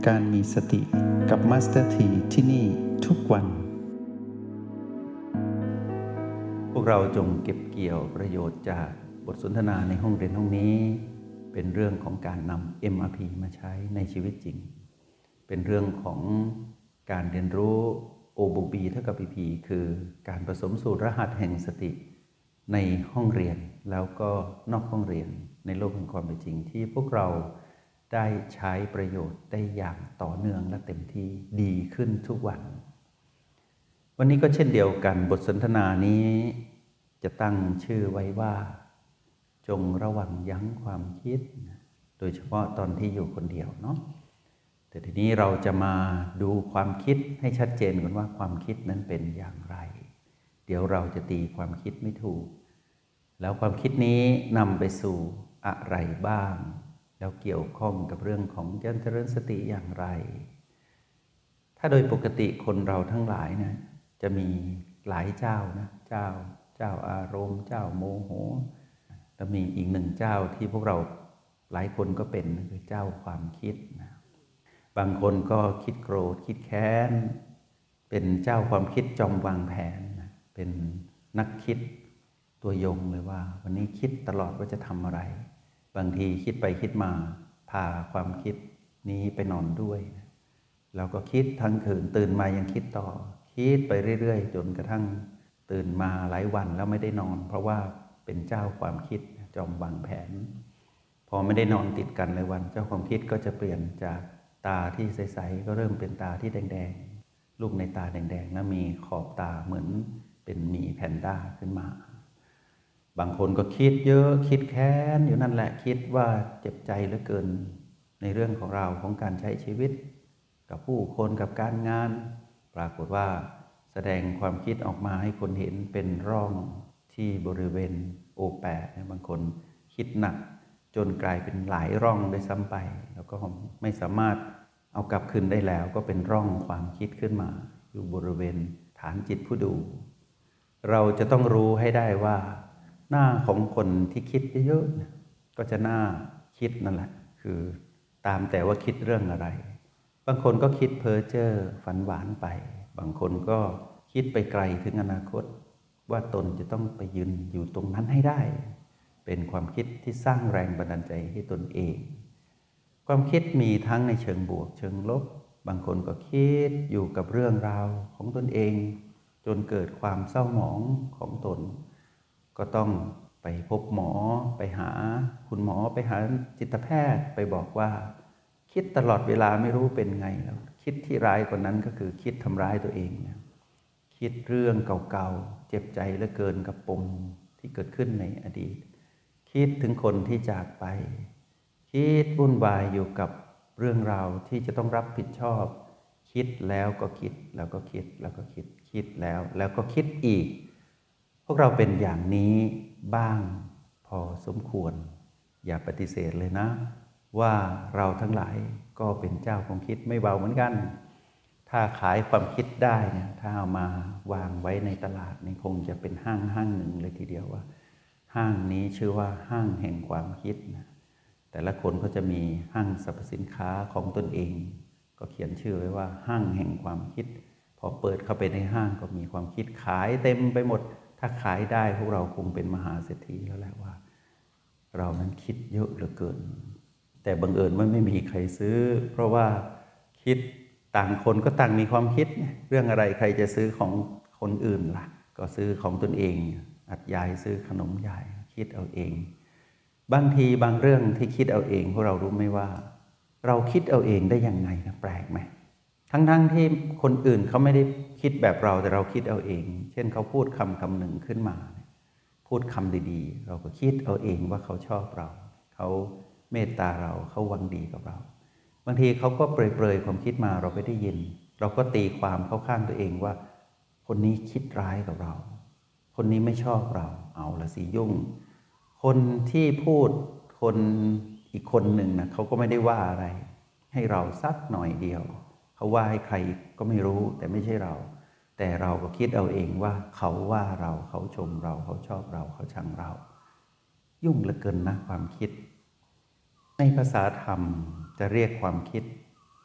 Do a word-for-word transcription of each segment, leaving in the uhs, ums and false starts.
การมีสติกับมาสเตอร์ทีที่นี่ทุกวันพวกเราจงเก็บเกี่ยวประโยชน์จากบทสนทนาในห้องเรียนห้องนี้เป็นเรื่องของการนำ เอ็ม อาร์ พี มาใช้ในชีวิตจริงเป็นเรื่องของการเรียนรู้ โอ บวก บี เท่ากับ พี พี คือการผสมสูตรรหัสแห่งสติในห้องเรียนแล้วก็นอกห้องเรียนในโลกแห่งความเป็นจริงที่พวกเราได้ใช้ประโยชน์ได้อย่างต่อเนื่องและเต็มที่ดีขึ้นทุกวันวันนี้ก็เช่นเดียวกันบทสนทนานี้จะตั้งชื่อไว้ว่าจงระวังยั้งความคิดโดยเฉพาะตอนที่อยู่คนเดียวเนาะแต่ทีนี้เราจะมาดูความคิดให้ชัดเจนก่อนว่าความคิดนั้นเป็นอย่างไรเดี๋ยวเราจะตีความคิดไม่ถูกแล้วความคิดนี้นำไปสู่อะไรบ้างแล้วเกี่ยวข้องกับเรื่องของการเจริญสติอย่างไรถ้าโดยปกติคนเราทั้งหลายนะจะมีหลายเจ้านะเจ้าเจ้าอารมณ์เจ้าโมโหแล้วมีอีกหนึ่งเจ้าที่พวกเราหลายคนก็เป็นคือเจ้าความคิดนะบางคนก็คิดโกรธคิดแค้นเป็นเจ้าความคิดจอมวางแผนนะเป็นนักคิดตัวยงเลยว่าวันนี้คิดตลอดว่าจะทำอะไรบางทีคิดไปคิดมาพาความคิดนี้ไปนอนด้วยนะแล้วก็คิดทั้งคืนตื่นมายังคิดต่อคิดไปเรื่อยๆจนกระทั่งตื่นมาหลายวันแล้วไม่ได้นอนเพราะว่าเป็นเจ้าความคิดจอมวางแผนพอไม่ได้นอนติดกันหลายวันเจ้าความคิดก็จะเปลี่ยนจากตาที่ใสๆก็เริ่มเป็นตาที่แดงๆลูกในตาแดงๆแล้วมีขอบตาเหมือนเป็นหมีแพนด้าขึ้นมาบางคนก็คิดเยอะคิดแค้นอยู่นั่นแหละคิดว่าเจ็บใจเหลือเกินในเรื่องของเราของการใช้ชีวิตกับผู้คนกับการงานปรากฏว่าแสดงความคิดออกมาให้คนเห็นเป็นร่องที่บริเวณโอแปดบางคนคิดหนักจนกลายเป็นหลายร่องด้วยซ้ำไปแล้วก็ไม่สามารถเอากลับคืนได้แล้วก็เป็นร่องความคิดขึ้นมาอยู่บริเวณฐานจิตผู้ดูเราจะต้องรู้ให้ได้ว่าหน้าของคนที่คิดเยอะๆก็จะหน้าคิดนั่นแหละคือตามแต่ว่าคิดเรื่องอะไรบางคนก็คิดเพ้อเจ้อฝันหวานไปบางคนก็คิดไปไกลถึงอนาคตว่าตนจะต้องไปยืนอยู่ตรงนั้นให้ได้เป็นความคิดที่สร้างแรงบันดาลใจให้ตนเองความคิดมีทั้งในเชิงบวกเชิงลบบางคนก็คิดอยู่กับเรื่องราวของตนเองจนเกิดความเศร้าหมองของตนก็ต้องไปพบหมอไปหาคุณหมอไปหาจิตแพทย์ไปบอกว่าคิดตลอดเวลาไม่รู้เป็นไงแล้วคิดที่ร้ายกว่านั้นก็คือคิดทำร้ายตัวเองนะคิดเรื่องเก่าๆเจ็บใจเหลือเกินกับปมที่เกิดขึ้นในอดีตคิดถึงคนที่จากไปคิดวุ่นวายอยู่กับเรื่องราวที่จะต้องรับผิดชอบคิดแล้วก็คิดแล้วก็คิดแล้วก็คิดคิดแล้วแล้วก็คิดอีกพวกเราเป็นอย่างนี้บ้างพอสมควรอย่าปฏิเสธเลยนะว่าเราทั้งหลายก็เป็นเจ้าของคิดไม่เบาเหมือนกันถ้าขายความคิดได้เนี่ยถ้าเอามาวางไว้ในตลาดนี่คงจะเป็นห้างห้างหนึ่งเลยทีเดียวว่าห้างนี้ชื่อว่าห้างแห่งความคิดนะแต่ละคนก็จะมีห้างสรรพสินค้าของตนเองก็เขียนชื่อไว้ว่าห้างแห่งความคิดพอเปิดเข้าไปในห้างก็มีความคิดขายเต็มไปหมดถ้าขายได้พวกเราคงเป็นมหาเศรษฐีแล้วแหละว่าเรานั้นคิดเยอะเหลือเกินแต่บังเอิญว่าไม่มีใครซื้อเพราะว่าคิดต่างคนก็ต่างมีความคิดเรื่องอะไรใครจะซื้อของคนอื่นล่ะก็ซื้อของตนเองอัดยายซื้อขนมยายคิดเอาเองบางทีบางเรื่องที่คิดเอาเองพวกเรารู้ไหมว่าเราคิดเอาเองได้ยังไงนะแปลกไหมทั้งๆที่คนอื่นเขาไม่ได้คิดแบบเราแต่เราคิดเอาเองเช่นเขาพูดคำคำหนึ่งขึ้นมาพูดคำดีๆเราก็คิดเอาเองว่าเขาชอบเราเขาเมตตาเราเขาหวังดีกับเราบางทีเขาก็เปรยๆความคิดมาเราไม่ได้ยินเราก็ตีความเข้าข้างตัวเองว่าคนนี้คิดร้ายกับเราคนนี้ไม่ชอบเราเอาละสิยุ่งคนที่พูดคนอีกคนหนึ่งนะเขาก็ไม่ได้ว่าอะไรให้เราสักหน่อยเดียวเขาว่าให้ใครก็ไม่รู้แต่ไม่ใช่เราแต่เราก็คิดเอาเองว่าเขาว่าเราเขาชมเราเขาชอบเราเขาชังเรายุ่งเหลือเกินนะความคิดในภาษาธรรมจะเรียกความคิด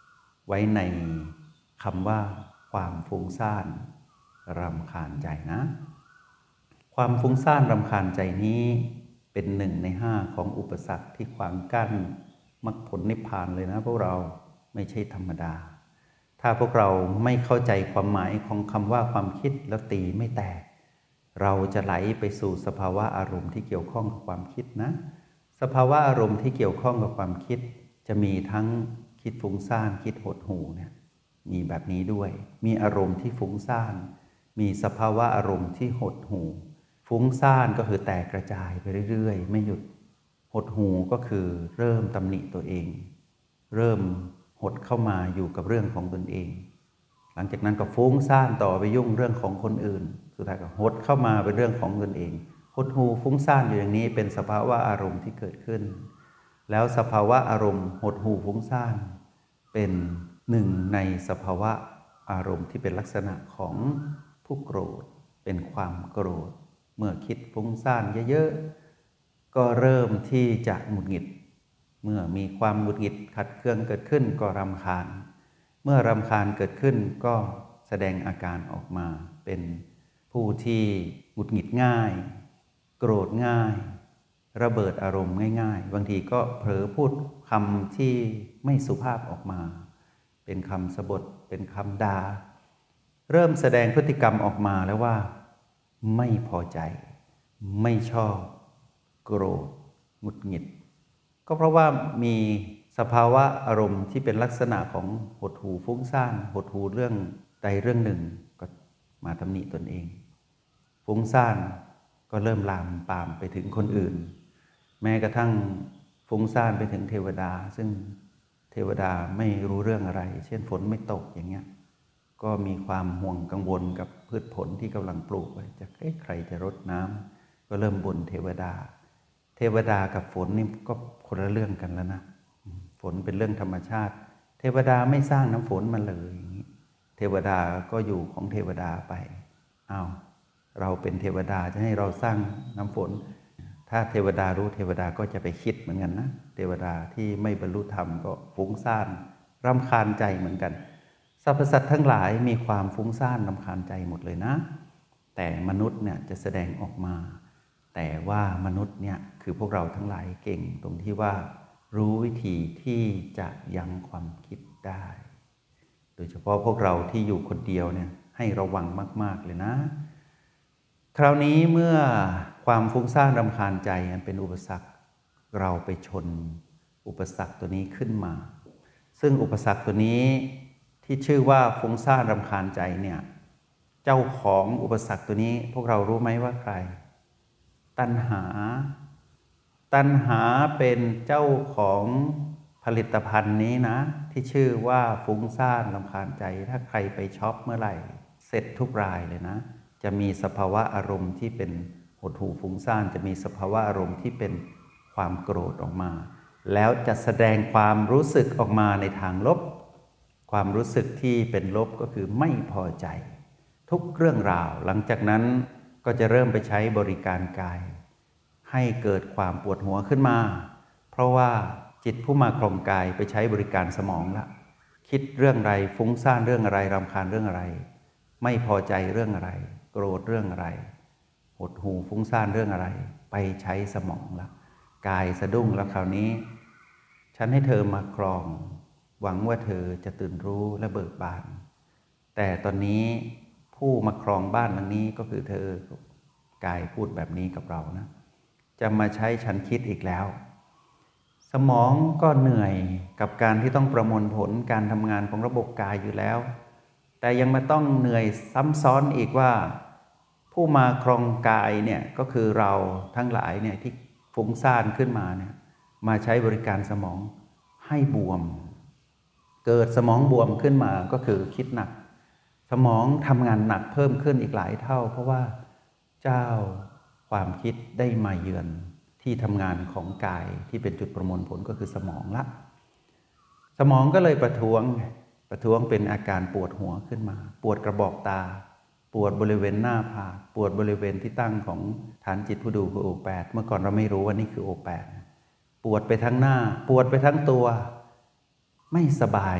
ไว้ในคำว่าความฟุ้งซ่านรำคาญใจนะความฟุ้งซ่านรำคาญใจนี้เป็นหนึ่งในห้าของอุปสรรคที่ขวางกั้นมรรคผลนิพพานเลยนะพวกเราไม่ใช่ธรรมดาถ้าพวกเราไม่เข้าใจความหมายของคำว่าความคิดแล้วตีไม่แตกเราจะไหลไปสู่สภาวะอารมณ์ที่เกี่ยวข้องกับความคิดนะสภาวะอารมณ์ที่เกี่ยวข้องกับความคิดจะมีทั้งคิดฟุ้งซ่านคิดหดหู่เนี่ยมีแบบนี้ด้วยมีอารมณ์ที่ฟุ้งซ่านมีสภาวะอารมณ์ที่หดหู่ฟุ้งซ่านก็คือแตกกระจายไปเรื่อยๆไม่หยุดหดหู่ก็คือเริ่มตำหนิตัวเองเริ่มหดเข้ามาอยู่กับเรื่องของตนเองหลังจากนั้นก็ฟุ้งซ่านต่อไปยุ่งเรื่องของคนอื่นสุดท้ายก็หดเข้ามาเป็นเรื่องของตนเองหดหู่ฟุ้งซ่านอยู่อย่างนี้เป็นสภาวะอารมณ์ที่เกิดขึ้นแล้วสภาวะอารมณ์หดหู่ฟุ้งซ่านเป็นหนึ่งในสภาวะอารมณ์ที่เป็นลักษณะของผู้โกรธเป็นความโกรธเมื่อคิดฟุ้งซ่านเยอะๆก็เริ่มที่จะหงุดหงิดเมื่อมีความหงุดหงิดขัดเคืองเกิดขึ้นก็รำคาญเมื่อรำคาญเกิดขึ้นก็แสดงอาการออกมาเป็นผู้ที่หงุดหงิดง่ายโกรธง่ายระเบิดอารมณ์ง่ายๆบางทีก็เผลอพูดคำที่ไม่สุภาพออกมาเป็นคำสบถเป็นคำด่าเริ่มแสดงพฤติกรรมออกมาแล้วว่าไม่พอใจไม่ชอบโกรธหงุดหงิดก็เพราะว่ามีสภาวะอารมณ์ที่เป็นลักษณะของหดหู่ฟุ้งซ่านหดหู่เรื่องใดเรื่องหนึ่งก็มาตำหนิตนเองฟุ้งซ่านก็เริ่มลามปามไปถึงคนอื่นแม้กระทั่งฟุ้งซ่านไปถึงเทวดาซึ่งเทวดาไม่รู้เรื่องอะไรเช่นฝนไม่ตกอย่างเงี้ยก็มีความห่วงกังวลกับพืชผลที่กำลังปลูกไว้จะใครจะรดน้ำก็เริ่มบ่นเทวดาเทวดากับฝนนี่ก็คนละเรื่องกันแล้วนะฝนเป็นเรื่องธรรมชาติเทวดาไม่สร้างน้ำฝนมาเลยเทวดาก็อยู่ของเทวดาไปอ้าวเราเป็นเทวดาจะให้เราสร้างน้ำฝนถ้าเทวดารู้เทวดาก็จะไปคิดเหมือนกันนะเทวดาที่ไม่บรรลุธรรมก็ฟุ้งซ่านรำคาญใจเหมือนกันสรรพสัตว์ทั้งหลายมีความฟุ้งซ่านรำคาญใจหมดเลยนะแต่มนุษย์เนี่ยจะแสดงออกมาแต่ว่ามนุษย์เนี่ยคือพวกเราทั้งหลายเก่งตรงที่ว่ารู้วิธีที่จะยั้งความคิดได้โดยเฉพาะพวกเราที่อยู่คนเดียวเนี่ยให้ระวังมากๆเลยนะคราวนี้เมื่อความฟุ้งซ่านรำคาญใจอันเป็นอุปสรรคเราไปชนอุปสรรคตัวนี้ขึ้นมาซึ่งอุปสรรคตัวนี้ที่ชื่อว่าฟุ้งซ่านรำคาญใจเนี่ยเจ้าของอุปสรรคตัวนี้พวกเรารู้ไหมว่าใครตัณหาตัณหาเป็นเจ้าของผลิตภัณฑ์นี้นะที่ชื่อว่าฟุ้งซ่านรำคาญใจถ้าใครไปช็อปเมื่อไหร่เสร็จทุกรายเลยนะจะมีสภาวะอารมณ์ที่เป็นหดหู่ฟุ้งซ่านจะมีสภาวะอารมณ์ที่เป็นความโกรธออกมาแล้วจะแสดงความรู้สึกออกมาในทางลบความรู้สึกที่เป็นลบก็คือไม่พอใจทุกเรื่องราวหลังจากนั้นก็จะเริ่มไปใช้บริการกายให้เกิดความปวดหัวขึ้นมาเพราะว่าจิตผู้มาครองกายไปใช้บริการสมองละคิดเรื่องอะไรฟุ้งซ่านเรื่องอะไรรำคาญเรื่องอะไรไม่พอใจเรื่องอะไรโกรธเรื่องอะไรหดหู่ฟุ้งซ่านเรื่องอะไรไปใช้สมองละกายสะดุ้งแล้วคราวนี้ฉันให้เธอมาครองหวังว่าเธอจะตื่นรู้และเบิกบานแต่ตอนนี้ผู้มาครองบ้านหลังนี้ก็คือเธอกายพูดแบบนี้กับเรานะจะมาใช้ฉันคิดอีกแล้วสมองก็เหนื่อยกับการที่ต้องประมวลผลการทำงานของระบบกายอยู่แล้วแต่ยังมาต้องเหนื่อยซ้ำซ้อนอีกว่าผู้มาครองกายเนี่ยก็คือเราทั้งหลายเนี่ยที่ฟุ้งซ่านขึ้นมาเนี่ยมาใช้บริการสมองให้บวมเกิดสมองบวมขึ้นมาก็คือคิดหนักสมองทำงานหนักเพิ่มขึ้นอีกหลายเท่าเพราะว่าเจ้าความคิดได้มาเยือนที่ทำงานของกายที่เป็นจุดประมวลผลก็คือสมองละสมองก็เลยประท้วงประท้วงเป็นอาการปวดหัวขึ้นมาปวดกระบอกตาปวดบริเวณหน้าผากปวดบริเวณที่ตั้งของฐานจิตผู้ดูคือโอแปดเมื่อก่อนเราไม่รู้ว่านี่คือโอแปดปวดไปทั้งหน้าปวดไปทั้งตัวไม่สบาย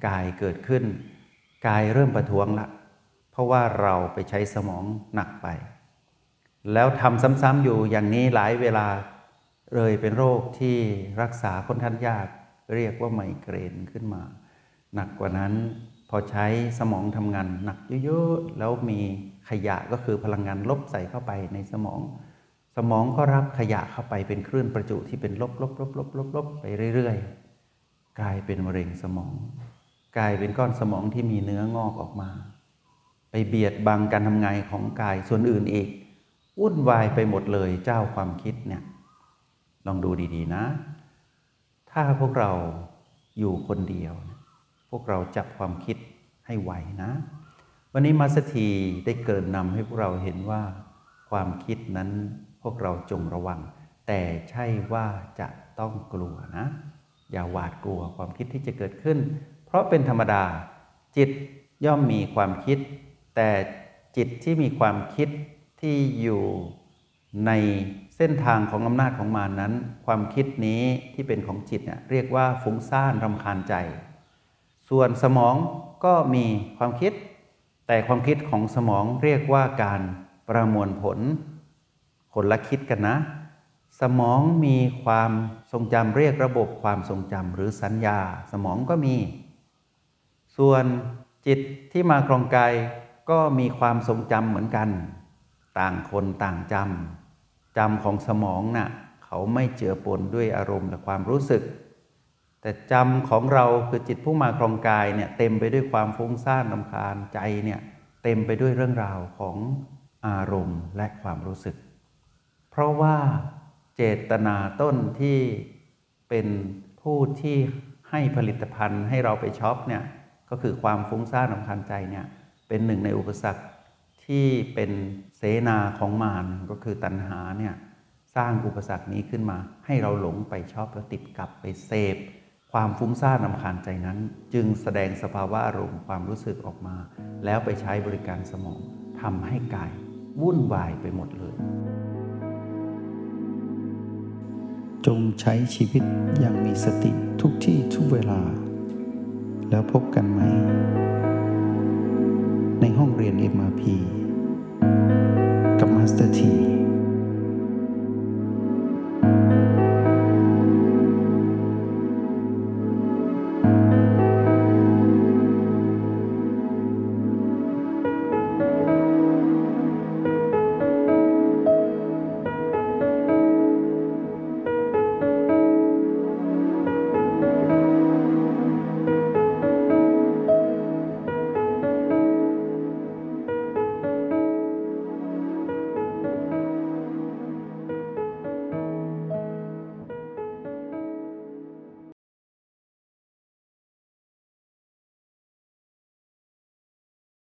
กายเกิดขึ้นกายเริ่มประท้วงละเพราะว่าเราไปใช้สมองหนักไปแล้วทำซ้ำๆอยู่อย่างนี้หลายเวลาเลยเป็นโรคที่รักษาค่อนข้างยากเรียกว่าไมเกรนขึ้นมาหนักกว่านั้นพอใช้สมองทำงานหนักเยอะๆแล้วมีขยะก็คือพลังงานลบใส่เข้าไปในสมองสมองก็รับขยะเข้าไปเป็นคลื่นประจุที่เป็นลบลบลบลบลบลบไปเรื่อยๆกลายเป็นมะเร็งสมองกลายเป็นก้อนสมองที่มีเนื้องอกออกมาไปเบียดบังการทำงานของกายส่วนอื่นอีกวุ่นวายไปหมดเลยเจ้าความคิดเนี่ยลองดูดีๆนะถ้าพวกเราอยู่คนเดียวพวกเราจับความคิดให้ไหวนะวันนี้มาสถีได้เกริ่นนำให้พวกเราเห็นว่าความคิดนั้นพวกเราจงระวังแต่ใช่ว่าจะต้องกลัวนะอย่าหวาดกลัวความคิดที่จะเกิดขึ้นเพราะเป็นธรรมดาจิตย่อมมีความคิดแต่จิตที่มีความคิดที่อยู่ในเส้นทางของอำนาจของมารนั้นความคิดนี้ที่เป็นของจิตเนี่ยเรียกว่าฟุ้งซ่านรำคาญใจส่วนสมองก็มีความคิดแต่ความคิดของสมองเรียกว่าการประมวลผลคนละคิดกันนะสมองมีความทรงจำเรียกระบบความทรงจำหรือสัญญาสมองก็มีส่วนจิตที่มาครองกายก็มีความทรงจำเหมือนกันต่างคนต่างจำจำของสมองน่ะเขาไม่เจือปนด้วยอารมณ์และความรู้สึกแต่จำของเราคือจิตผู้มาครองกายเนี่ยเต็มไปด้วยความฟุ้งซ่านรำคาญใจเนี่ยเต็มไปด้วยเรื่องราวของอารมณ์และความรู้สึกเพราะว่าเจตนาต้นที่เป็นผู้ที่ให้ผลิตภัณฑ์ให้เราไปช็อปเนี่ยก็คือความฟุ้งซ่านรำคาญใจเนี่ยเป็นหนึ่งในอุปสรรคที่เป็นเสนาของมารก็คือตัณหาเนี่ยสร้างอุปสรรคนี้ขึ้นมาให้เราหลงไปชอบแล้วติดกับไปเสพความฟุ้งซ่านรำคาญใจนั้นจึงแสดงสภาวะอารมณ์ความรู้สึกออกมาแล้วไปใช้บริการสมองทำให้กายวุ่นวายไปหมดเลยจงใช้ชีวิตอย่างมีสติทุกที่ทุกเวลาแล้วพบกันไหมในห้องเรียน เอ็ม อาร์ พี กับมาสเตอร์ที